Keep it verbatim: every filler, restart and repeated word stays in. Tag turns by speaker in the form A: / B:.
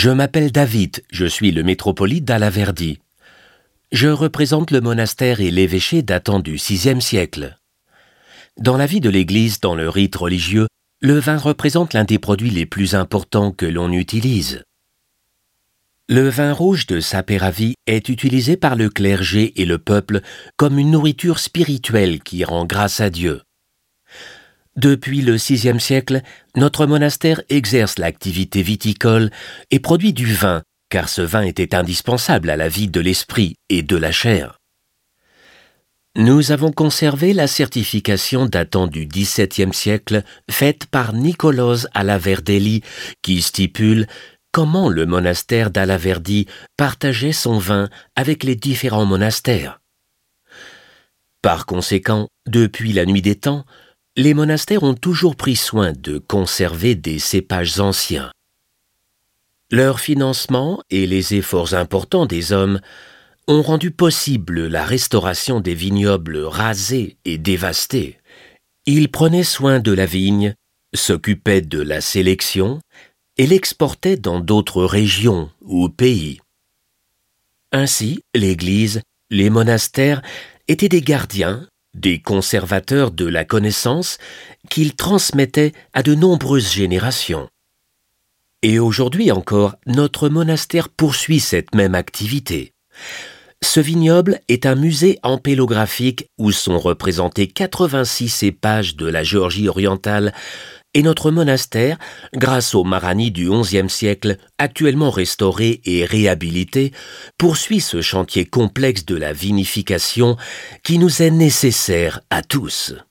A: Je m'appelle David, je suis le métropolite d'Alaverdi. Je représente le monastère et l'évêché datant du sixième siècle. Dans la vie de l'Église, dans le rite religieux, le vin représente l'un des produits les plus importants que l'on utilise. Le vin rouge de Saperavi est utilisé par le clergé et le peuple comme une nourriture spirituelle qui rend grâce à Dieu. Depuis le sixième siècle, notre monastère exerce l'activité viticole et produit du vin, car ce vin était indispensable à la vie de l'esprit et de la chair. Nous avons conservé la certification datant du dix-septième siècle faite par Niccolò Alaverdelli qui stipule comment le monastère d'Alaverdi partageait son vin avec les différents monastères. Par conséquent, depuis la nuit des temps, les monastères ont toujours pris soin de conserver des cépages anciens. Leur financement et les efforts importants des hommes ont rendu possible la restauration des vignobles rasés et dévastés. Ils prenaient soin de la vigne, s'occupaient de la sélection et l'exportaient dans d'autres régions ou pays. Ainsi, l'Église, les monastères étaient des gardiens, des conservateurs de la connaissance qu'ils transmettaient à de nombreuses générations. Et aujourd'hui encore, notre monastère poursuit cette même activité. Ce vignoble est un musée ampélographique où sont représentés quatre-vingt-six cépages de la Géorgie orientale et notre monastère, grâce au Marani du onzième siècle, actuellement restauré et réhabilité, poursuit ce chantier complexe de la vinification qui nous est nécessaire à tous.